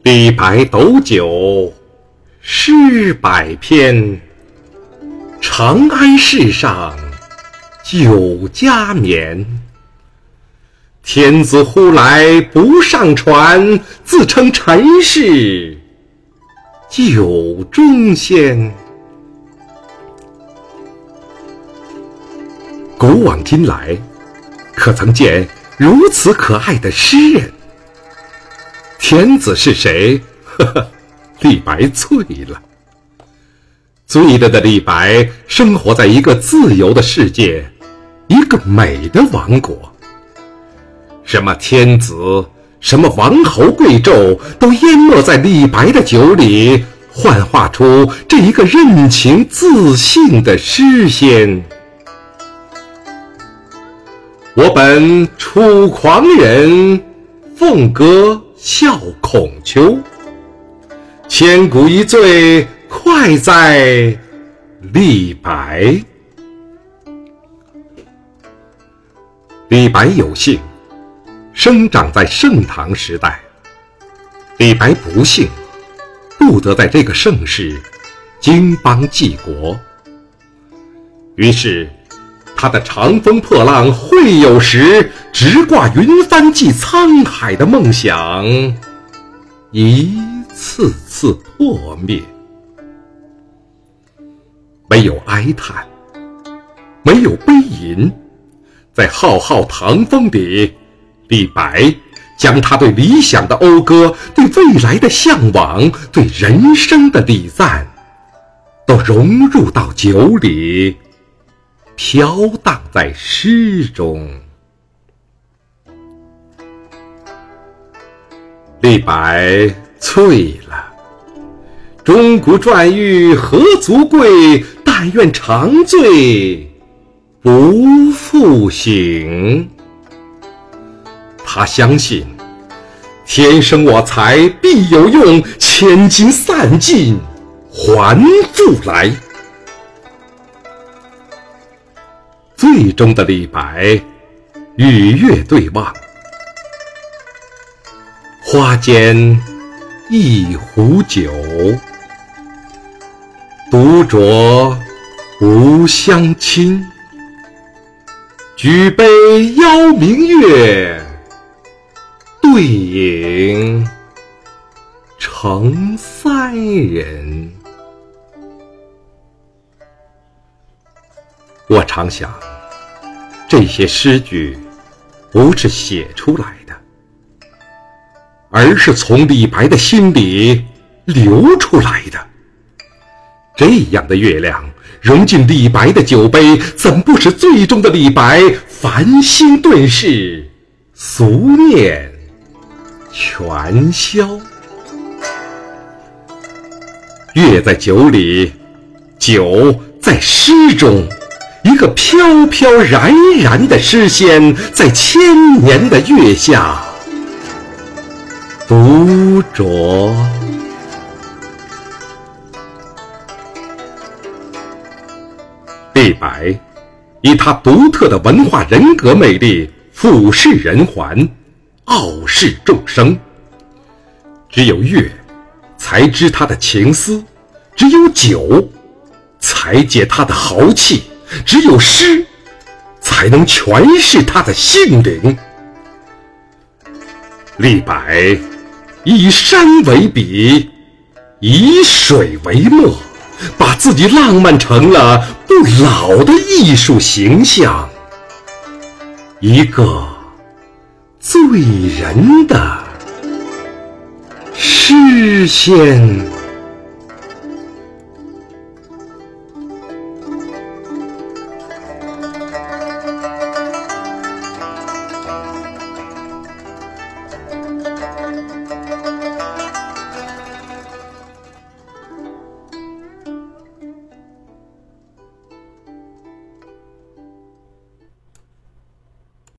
李白斗酒诗百篇，长安市上酒家眠。天子呼来不上船，自称臣是酒中仙。古往今来，可曾见如此可爱的诗人？天子是谁？李白醉了。醉了的李白生活在一个自由的世界，一个美的王国。什么天子，什么王侯贵胄，都淹没在李白的酒里，幻化出这一个任情自信的诗仙。我本楚狂人，凤歌笑孔丘。千古一醉，快哉李白！李白有幸生长在盛唐时代，李白不幸不得在这个盛世经邦济国，于是他的长风破浪会有时，直挂云帆济沧海的梦想一次次破灭。没有哀叹，没有悲吟，在浩浩唐风里，李白将他对理想的讴歌，对未来的向往，对人生的礼赞，都融入到酒里，飘荡在诗中。李白醉了，钟鼓馔玉何足贵，但愿长醉不复醒。他相信天生我材必有用，千金散尽还复来。醉中的李白与月对望，花间一壶酒，独酌无相亲。举杯邀明月，对影成三人。我常想，这些诗句不是写出来的，而是从李白的心里流出来的。这样的月亮融进李白的酒杯，怎不使醉中的李白繁星顿逝，俗念全消？月在酒里，酒在诗中，一个飘飘然然的诗仙，在千年的月下独酌。李白以他独特的文化人格魅力俯视人寰，傲视众生。只有月才知他的情思，只有酒才解他的豪气，只有诗才能诠释他的性灵。李白以山为笔，以水为墨，把自己浪漫成了不老的艺术形象，一个醉人的诗仙。